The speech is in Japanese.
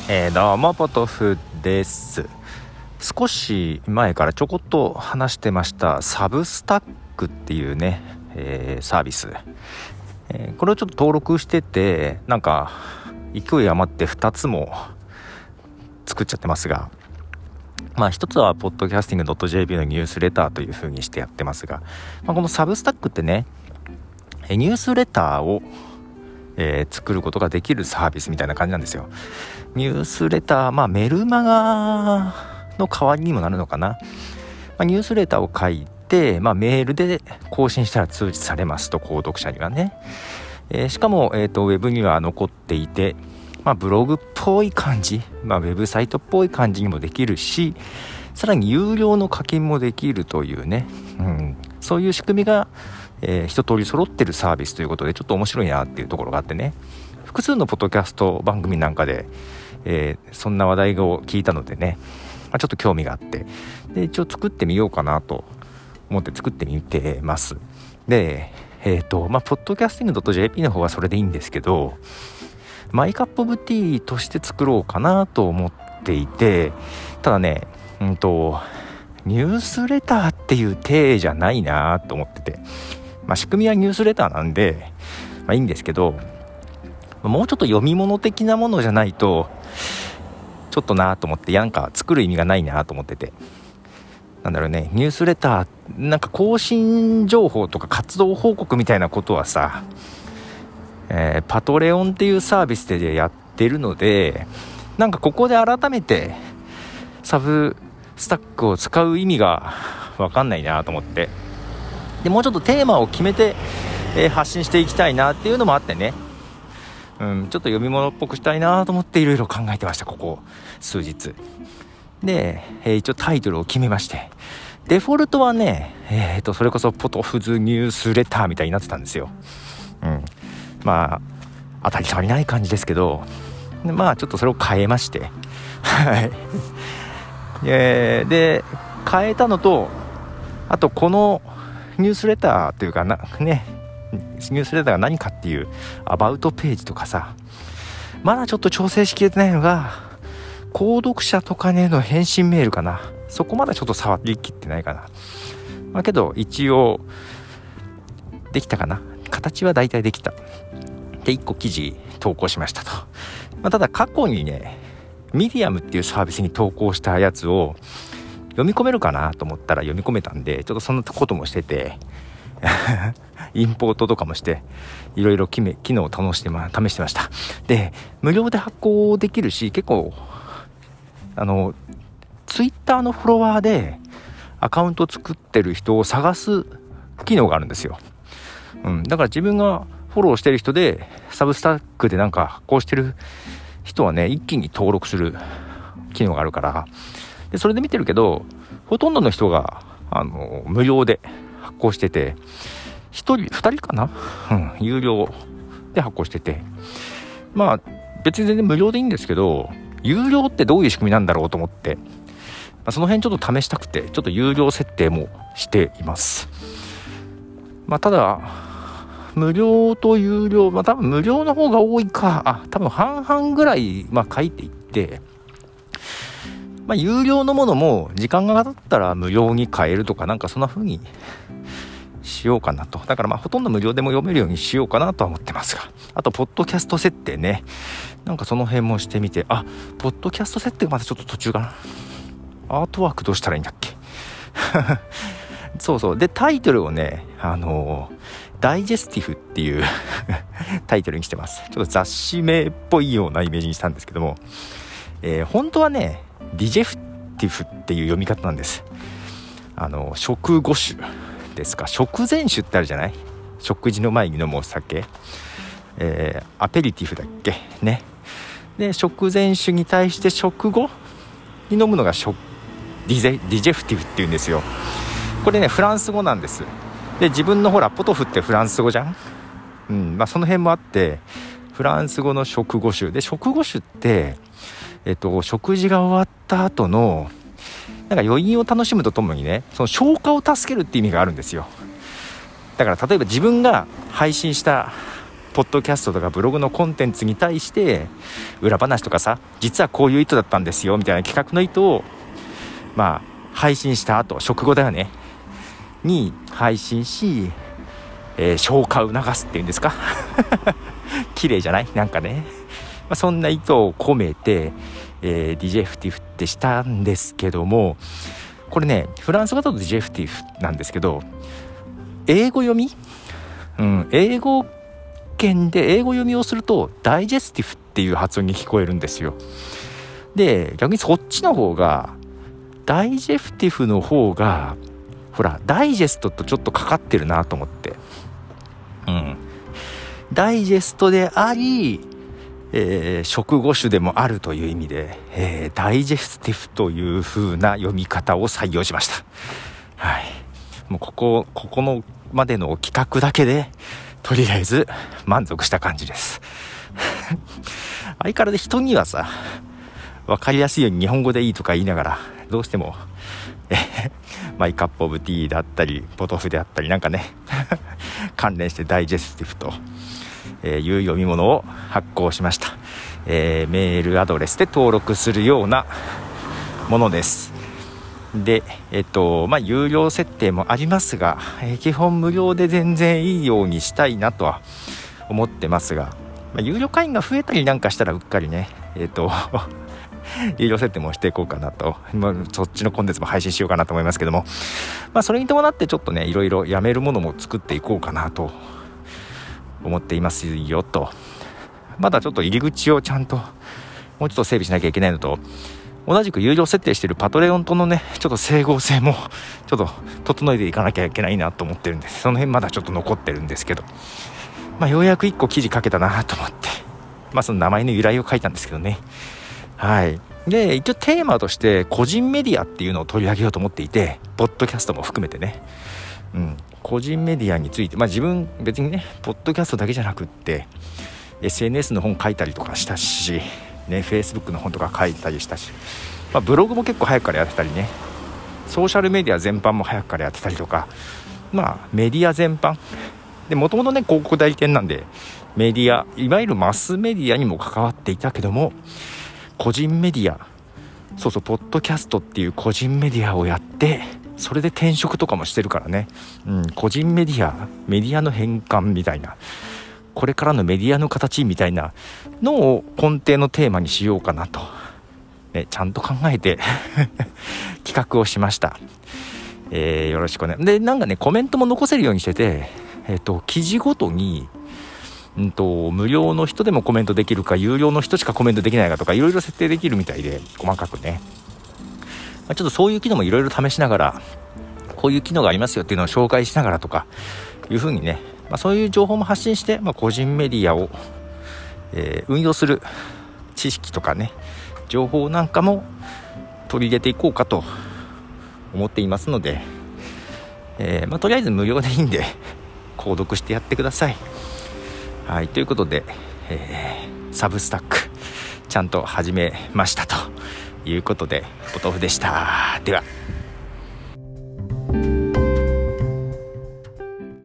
どうもポトフです。少し前からちょこっと話してましたサブスタックっていうね、サービス、これをちょっと登録してて、なんか勢い余って2つも作っちゃってますが、一つはポッドキャスティング .jp のニュースレターという風にしてやってますが、このサブスタックってね、ニュースレターを作ることができるサービスみたいな感じなんですよ。ニュースレター、メルマガの代わりにもなるのかな。ニュースレターを書いて、メールで更新したら通知されますと、購読者にはね。しかも、ウェブには残っていて、ブログっぽい感じ、ウェブサイトっぽい感じにもできるし、さらに有料の課金もできるというね、そういう仕組みが一通り揃ってるサービスということで、ちょっと面白いなっていうところがあってね、複数のポッドキャスト番組なんかで、そんな話題を聞いたのでね、ちょっと興味があって、で一応作ってみようかなと思って作ってみてます。で、ポッドキャスティング .jp の方はそれでいいんですけど、マイカップオブティーとして作ろうかなと思っていて、ただね、ニュースレターっていう体じゃないなと思ってて、仕組みはニュースレターなんで、いいんですけど、もうちょっと読み物的なものじゃないとちょっとなと思って、なんか作る意味がないなと思ってて、ニュースレターなんか更新情報とか活動報告みたいなことはさ、パトレオンっていうサービスでやってるので、なんかここで改めてサブスタックを使う意味が分かんないなと思って、でもうちょっとテーマを決めて、発信していきたいなっていうのもあってね、ちょっと読み物っぽくしたいなと思っていろいろ考えてました、ここ数日で。一応タイトルを決めまして、デフォルトはね、それこそポトフズニュースレターみたいになってたんですよ。当たり障りない感じですけど、ちょっとそれを変えましてはいで変えたのと、あとこのニュースレターというかニュースレターが何かっていうアバウトページとかさ、まだちょっと調整しきれてないのが購読者とかへの返信メールかな。そこまだちょっと触りきってないかな。けど一応できたかな。形は大体できた。で1個記事投稿しましたと。ただ過去にね、ミディアムっていうサービスに投稿したやつを読み込めるかなと思ったら読み込めたんで、ちょっとそんなこともしててインポートとかもしていろいろ機能を試してました。で無料で発行できるし、結構ツイッターのフォロワーでアカウント作ってる人を探す機能があるんですよ。だから自分がフォローしてる人でサブスタックでなんか発行してる人はね、一気に登録する機能があるから、でそれで見てるけど、ほとんどの人が無料で発行してて、1人2人かな、有料で発行してて、別に全然無料でいいんですけど、有料ってどういう仕組みなんだろうと思って、その辺ちょっと試したくて、ちょっと有料設定もしています。ただ無料と有料、多分無料の方が多いか、多分半々ぐらい、書いていって、有料のものも時間が経ったら無料に変えるとか、なんかそんな風にしようかなと。だからほとんど無料でも読めるようにしようかなとは思ってますが、あとポッドキャスト設定ね、なんかその辺もしてみて、ポッドキャスト設定まだちょっと途中かな。アートワークどうしたらいいんだっけそうでタイトルをね、ダイジェスティフっていうタイトルにしてます。ちょっと雑誌名っぽいようなイメージにしたんですけども、本当はねディジェフティフっていう読み方なんです。食後酒ですか、食前酒ってあるじゃない、食事の前に飲むお酒、アペリティフだっけね。で食前酒に対して食後に飲むのがディジェフティフっていうんですよ。これねフランス語なんです。で自分のほらポトフってフランス語じゃん。その辺もあって、フランス語の食後酒で、食後酒って食事が終わった後のなんか余韻を楽しむとともにね、その消化を助けるって意味があるんですよ。だから例えば自分が配信したポッドキャストとかブログのコンテンツに対して裏話とかさ、実はこういう意図だったんですよみたいな企画の意図を配信した後、食後だよねに配信し、消化を促すっていうんですか綺麗じゃない？なんかね、そんな意図を込めて、DJ フティフってしたんですけども、これねフランス語だと DJ フティフなんですけど、英語読み、英語圏で英語読みをするとダイジェスティフっていう発音に聞こえるんですよ。で逆にそっちの方が、ダイジェフティフの方がほらダイジェストとちょっとかかってるなと思って、ダイジェストであり、食後酒でもあるという意味で、ダイジェスティフという風な読み方を採用しました。はい、もうここのまでの企画だけでとりあえず満足した感じです相変わらず人にはさ、分かりやすいように日本語でいいとか言いながら、どうしてもマイカップオブティーだったりポトフであったりなんかね関連してダイジェスティフという読み物を発行しました。メールアドレスで登録するようなものです。で、有料設定もありますが、基本無料で全然いいようにしたいなとは思ってますが、有料会員が増えたりなんかしたらうっかりね、有料設定もしていこうかなと、そっちのコンテンツも配信しようかなと思いますけども、それに伴ってちょっとねいろいろやめるものも作っていこうかなと思っていますよと。まだちょっと入り口をちゃんともうちょっと整備しなきゃいけないのと、同じく有料設定しているパトレオンとのねちょっと整合性もちょっと整えていかなきゃいけないなと思ってるんです。その辺まだちょっと残ってるんですけど、ようやく1個記事書けたなと思って、その名前の由来を書いたんですけどね。はい。で一応テーマとして個人メディアっていうのを取り上げようと思っていて、ポッドキャストも含めてね、個人メディアについて、自分別にねポッドキャストだけじゃなくって SNS の本書いたりとかしたしね、Facebook の本とか書いたりしたし、ブログも結構早くからやってたりね、ソーシャルメディア全般も早くからやってたりとか、メディア全般で、もともとね広告代理店なんでメディア、いわゆるマスメディアにも関わっていたけども、個人メディア、ポッドキャストっていう個人メディアをやって、それで転職とかもしてるからね、個人メディアの変換みたいな、これからのメディアの形みたいなのを根底のテーマにしようかなと、ちゃんと考えて企画をしました。よろしくお願い。でなんかねコメントも残せるようにしてて、記事ごとに無料の人でもコメントできるか、有料の人しかコメントできないかとか、いろいろ設定できるみたいで、細かくね、ちょっとそういう機能もいろいろ試しながら、こういう機能がありますよっていうのを紹介しながらとかいう風にね、そういう情報も発信して、個人メディアを、運用する知識とかね、情報なんかも取り入れていこうかと思っていますので、とりあえず無料でいいんで購読してやってください。はい、ということで、サブスタックちゃんと始めましたということで、ポトフでした。では。